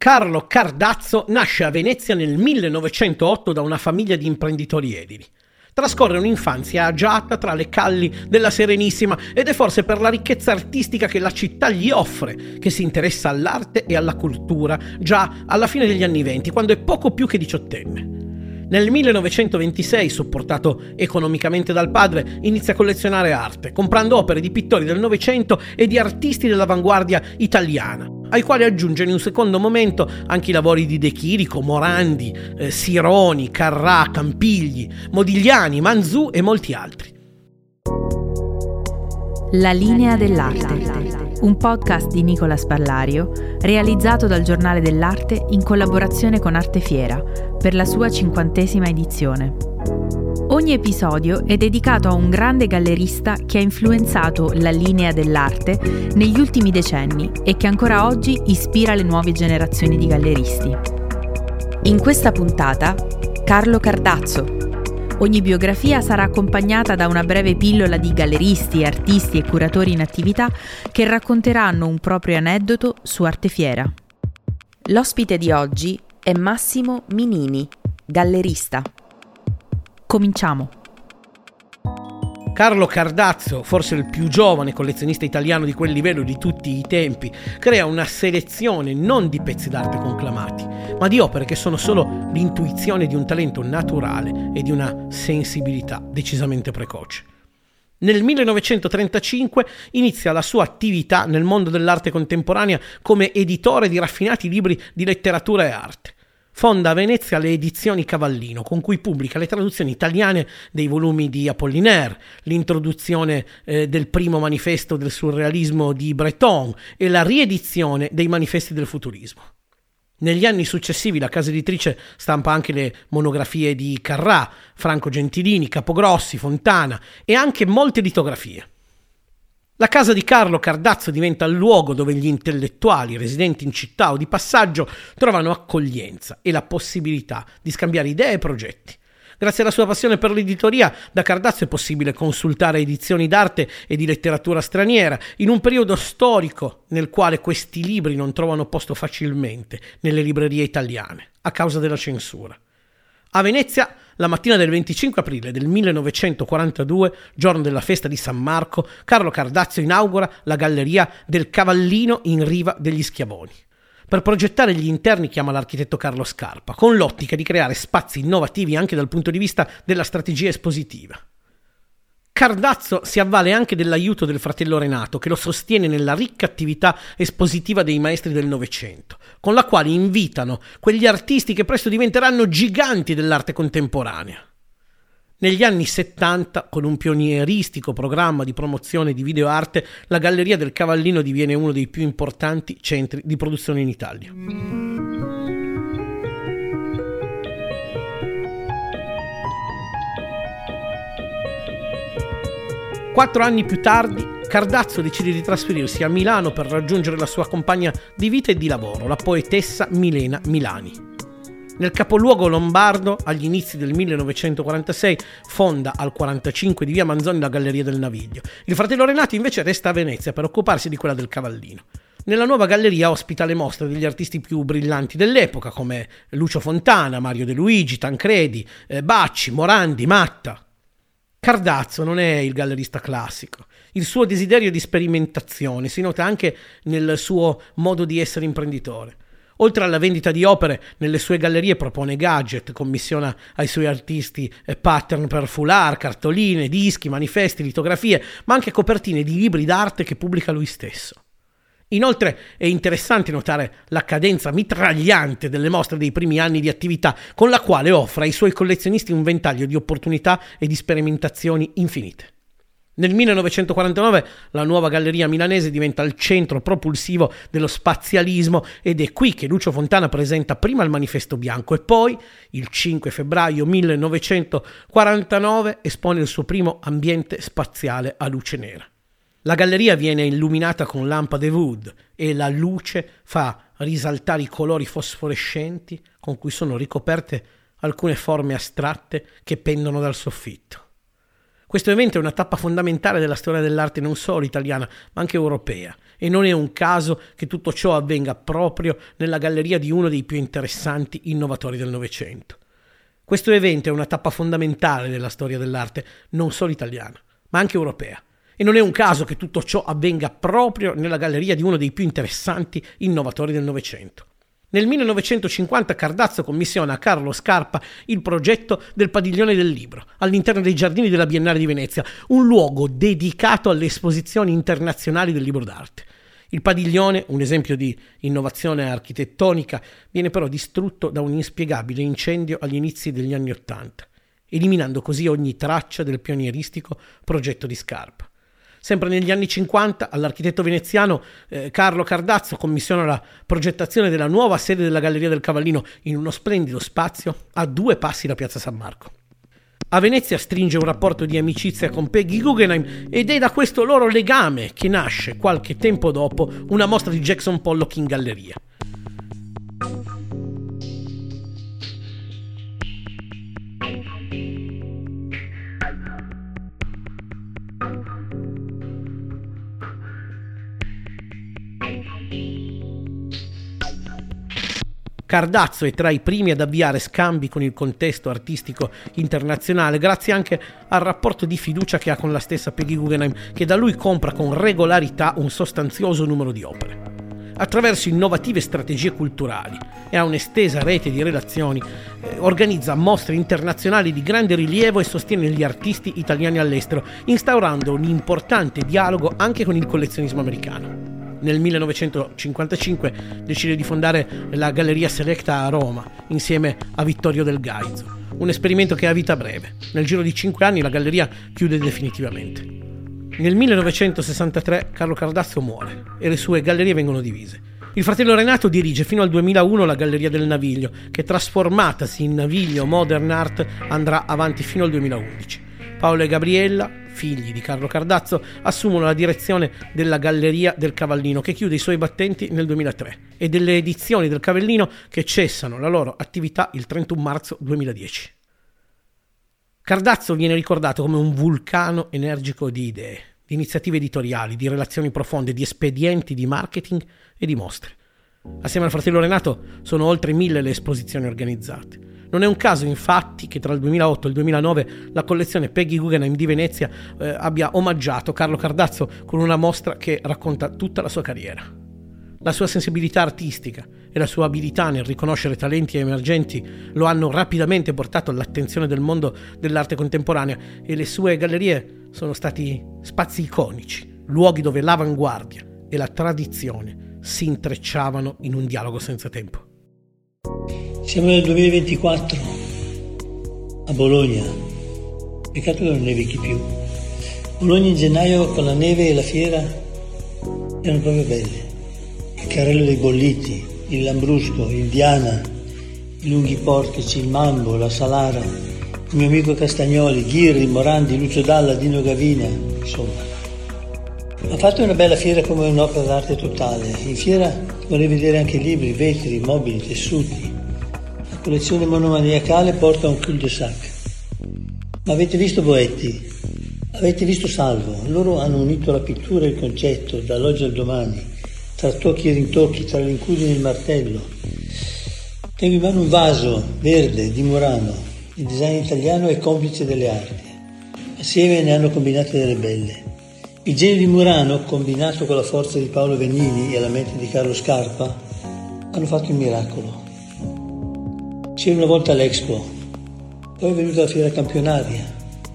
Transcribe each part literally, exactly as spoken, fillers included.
Carlo Cardazzo nasce a Venezia nel millenovecentootto da una famiglia di imprenditori edili. Trascorre un'infanzia agiata tra le calli della Serenissima ed è forse per la ricchezza artistica che la città gli offre che si interessa all'arte e alla cultura già alla fine degli anni venti, quando è poco più che diciottenne. Nel millenovecentoventisei, supportato economicamente dal padre, inizia a collezionare arte, comprando opere di pittori del Novecento e di artisti dell'avanguardia italiana, ai quali aggiunge in un secondo momento anche i lavori di De Chirico, Morandi, eh, Sironi, Carrà, Campigli, Modigliani, Manzù e molti altri. La linea dell'arte, un podcast di Nicola Sparlario, realizzato dal Giornale dell'Arte in collaborazione con Artefiera, per la sua cinquantesima edizione. Ogni episodio è dedicato a un grande gallerista che ha influenzato la linea dell'arte negli ultimi decenni e che ancora oggi ispira le nuove generazioni di galleristi. In questa puntata, Carlo Cardazzo. Ogni biografia sarà accompagnata da una breve pillola di galleristi, artisti e curatori in attività che racconteranno un proprio aneddoto su Artefiera. L'ospite di oggi è Massimo Minini, gallerista. Cominciamo. Carlo Cardazzo, forse il più giovane collezionista italiano di quel livello di tutti i tempi, crea una selezione non di pezzi d'arte conclamati, ma di opere che sono solo l'intuizione di un talento naturale e di una sensibilità decisamente precoce. Nel millenovecentotrentacinque inizia la sua attività nel mondo dell'arte contemporanea come editore di raffinati libri di letteratura e arte. Fonda a Venezia le edizioni Cavallino, con cui pubblica le traduzioni italiane dei volumi di Apollinaire, l'introduzione eh, del primo manifesto del surrealismo di Breton e la riedizione dei manifesti del futurismo. Negli anni successivi la casa editrice stampa anche le monografie di Carrà, Franco Gentilini, Capogrossi, Fontana e anche molte litografie. La casa di Carlo Cardazzo diventa il luogo dove gli intellettuali residenti in città o di passaggio trovano accoglienza e la possibilità di scambiare idee e progetti. Grazie alla sua passione per l'editoria, da Cardazzo è possibile consultare edizioni d'arte e di letteratura straniera in un periodo storico nel quale questi libri non trovano posto facilmente nelle librerie italiane a causa della censura. A Venezia, la mattina del venticinque aprile del millenovecentoquarantadue, giorno della festa di San Marco, Carlo Cardazzo inaugura la galleria del Cavallino in Riva degli Schiavoni. Per progettare gli interni chiama l'architetto Carlo Scarpa, con l'ottica di creare spazi innovativi anche dal punto di vista della strategia espositiva. Cardazzo si avvale anche dell'aiuto del fratello Renato, che lo sostiene nella ricca attività espositiva dei maestri del Novecento, con la quale invitano quegli artisti che presto diventeranno giganti dell'arte contemporanea. Negli anni settanta, con un pionieristico programma di promozione di videoarte, la Galleria del Cavallino diviene uno dei più importanti centri di produzione in Italia. Quattro anni più tardi, Cardazzo decide di trasferirsi a Milano per raggiungere la sua compagna di vita e di lavoro, la poetessa Milena Milani. Nel capoluogo lombardo, agli inizi del millenovecentoquarantasei, fonda al quarantacinque di via Manzoni la Galleria del Naviglio. Il fratello Renato invece resta a Venezia per occuparsi di quella del Cavallino. Nella nuova galleria ospita le mostre degli artisti più brillanti dell'epoca, come Lucio Fontana, Mario De Luigi, Tancredi, eh, Bacci, Morandi, Matta. Cardazzo non è il gallerista classico. Il suo desiderio di sperimentazione si nota anche nel suo modo di essere imprenditore. Oltre alla vendita di opere, nelle sue gallerie propone gadget, commissiona ai suoi artisti pattern per foulard, cartoline, dischi, manifesti, litografie, ma anche copertine di libri d'arte che pubblica lui stesso. Inoltre è interessante notare la cadenza mitragliante delle mostre dei primi anni di attività, con la quale offre ai suoi collezionisti un ventaglio di opportunità e di sperimentazioni infinite. Nel millenovecentoquarantanove la nuova galleria milanese diventa il centro propulsivo dello spazialismo ed è qui che Lucio Fontana presenta prima il Manifesto Bianco e poi, il cinque febbraio millenovecentoquarantanove, espone il suo primo ambiente spaziale a luce nera. La galleria viene illuminata con lampade Wood e la luce fa risaltare i colori fosforescenti con cui sono ricoperte alcune forme astratte che pendono dal soffitto. Questo evento è una tappa fondamentale della storia dell'arte non solo italiana, ma anche europea, e non è un caso che tutto ciò avvenga proprio nella galleria di uno dei più interessanti innovatori del Novecento. Questo evento è una tappa fondamentale della storia dell'arte non solo italiana, ma anche europea, e non è un caso che tutto ciò avvenga proprio nella galleria di uno dei più interessanti innovatori del Novecento. Nel millenovecentocinquanta Cardazzo commissiona a Carlo Scarpa il progetto del Padiglione del Libro, all'interno dei giardini della Biennale di Venezia, un luogo dedicato alle esposizioni internazionali del libro d'arte. Il padiglione, un esempio di innovazione architettonica, viene però distrutto da un inspiegabile incendio agli inizi degli anni Ottanta, eliminando così ogni traccia del pionieristico progetto di Scarpa. Sempre negli anni cinquanta, all'architetto veneziano eh, Carlo Cardazzo commissiona la progettazione della nuova sede della Galleria del Cavallino in uno splendido spazio a due passi da Piazza San Marco. A Venezia stringe un rapporto di amicizia con Peggy Guggenheim ed è da questo loro legame che nasce, qualche tempo dopo, una mostra di Jackson Pollock in galleria. Cardazzo è tra i primi ad avviare scambi con il contesto artistico internazionale, grazie anche al rapporto di fiducia che ha con la stessa Peggy Guggenheim, che da lui compra con regolarità un sostanzioso numero di opere. Attraverso innovative strategie culturali e a un'estesa rete di relazioni, eh, organizza mostre internazionali di grande rilievo e sostiene gli artisti italiani all'estero, instaurando un importante dialogo anche con il collezionismo americano. Nel millenovecentocinquantacinque decide di fondare la Galleria Selecta a Roma insieme a Vittorio Del Gaizo, un esperimento che ha vita breve. Nel giro di cinque anni la galleria chiude definitivamente. Nel millenovecentosessantatré Carlo Cardazzo muore e le sue gallerie vengono divise. Il fratello Renato dirige fino al duemilauno la Galleria del Naviglio, che trasformatasi in Naviglio Modern Art andrà avanti fino al duemilaundici. Paolo e Gabriella, figli di Carlo Cardazzo, assumono la direzione della Galleria del Cavallino, che chiude i suoi battenti nel duemilatré, e delle edizioni del Cavallino, che cessano la loro attività il trentuno marzo duemiladieci. Cardazzo viene ricordato come un vulcano energico di idee, di iniziative editoriali, di relazioni profonde, di espedienti di marketing e di mostre. Assieme al fratello Renato sono oltre mille le esposizioni organizzate. Non è un caso, infatti, che tra il duemilaotto e il duemilanove la collezione Peggy Guggenheim di Venezia eh, abbia omaggiato Carlo Cardazzo con una mostra che racconta tutta la sua carriera. La sua sensibilità artistica e la sua abilità nel riconoscere talenti emergenti lo hanno rapidamente portato all'attenzione del mondo dell'arte contemporanea, e le sue gallerie sono stati spazi iconici, luoghi dove l'avanguardia e la tradizione si intrecciavano in un dialogo senza tempo. Siamo nel duemilaventiquattro, a Bologna. Peccato che non nevichi più. Bologna in gennaio con la neve e la fiera erano proprio belle. Il carrello dei bolliti, il lambrusco, il Diana, i lunghi portici, il Mambo, la Salara, il mio amico Castagnoli, Ghirri, Morandi, Lucio Dalla, Dino Gavina, insomma. Ha fatto una bella fiera come un'opera d'arte totale. In fiera vorrei vedere anche libri, vetri, mobili, tessuti. La collezione monomaniacale porta un cul-de-sac. Ma avete visto Boetti? Avete visto Salvo? Loro hanno unito la pittura e il concetto, dall'oggi al domani, tra tocchi e rintocchi, tra l'incudine e il martello. Tengo in mano un vaso verde di Murano. Il design italiano è complice delle arti. Assieme ne hanno combinate delle belle. Il genio di Murano, combinato con la forza di Paolo Venini e la mente di Carlo Scarpa, hanno fatto il miracolo. C'era una volta l'Expo, poi è venuta la fiera campionaria,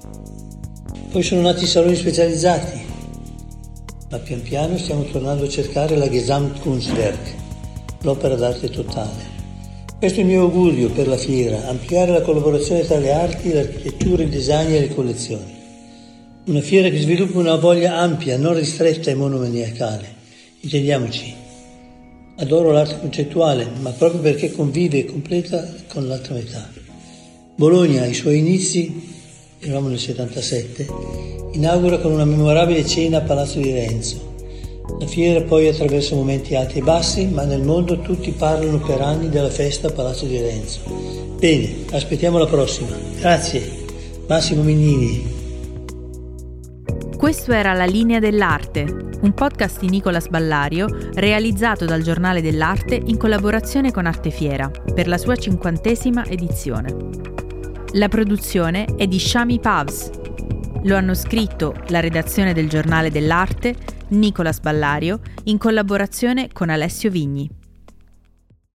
poi sono nati i saloni specializzati, ma pian piano stiamo tornando a cercare la Gesamtkunstwerk, l'opera d'arte totale. Questo è il mio augurio per la fiera: ampliare la collaborazione tra le arti, l'architettura, il design e le collezioni. Una fiera che sviluppa una voglia ampia, non ristretta e monomaniacale. Intendiamoci, adoro l'arte concettuale, ma proprio perché convive e completa con l'altra metà. Bologna, ai suoi inizi, eravamo nel settantasette, inaugura con una memorabile cena a Palazzo di Renzo. La fiera poi attraversa momenti alti e bassi, ma nel mondo tutti parlano per anni della festa a Palazzo di Renzo. Bene, aspettiamo la prossima. Grazie, Massimo Mignini. Questo era La Linea dell'Arte, un podcast di Nicola Sballario realizzato dal Giornale dell'Arte in collaborazione con Artefiera per la sua cinquantesima edizione. La produzione è di Shami Pavs. Lo hanno scritto la redazione del Giornale dell'Arte, Nicola Sballario, in collaborazione con Alessio Vigni.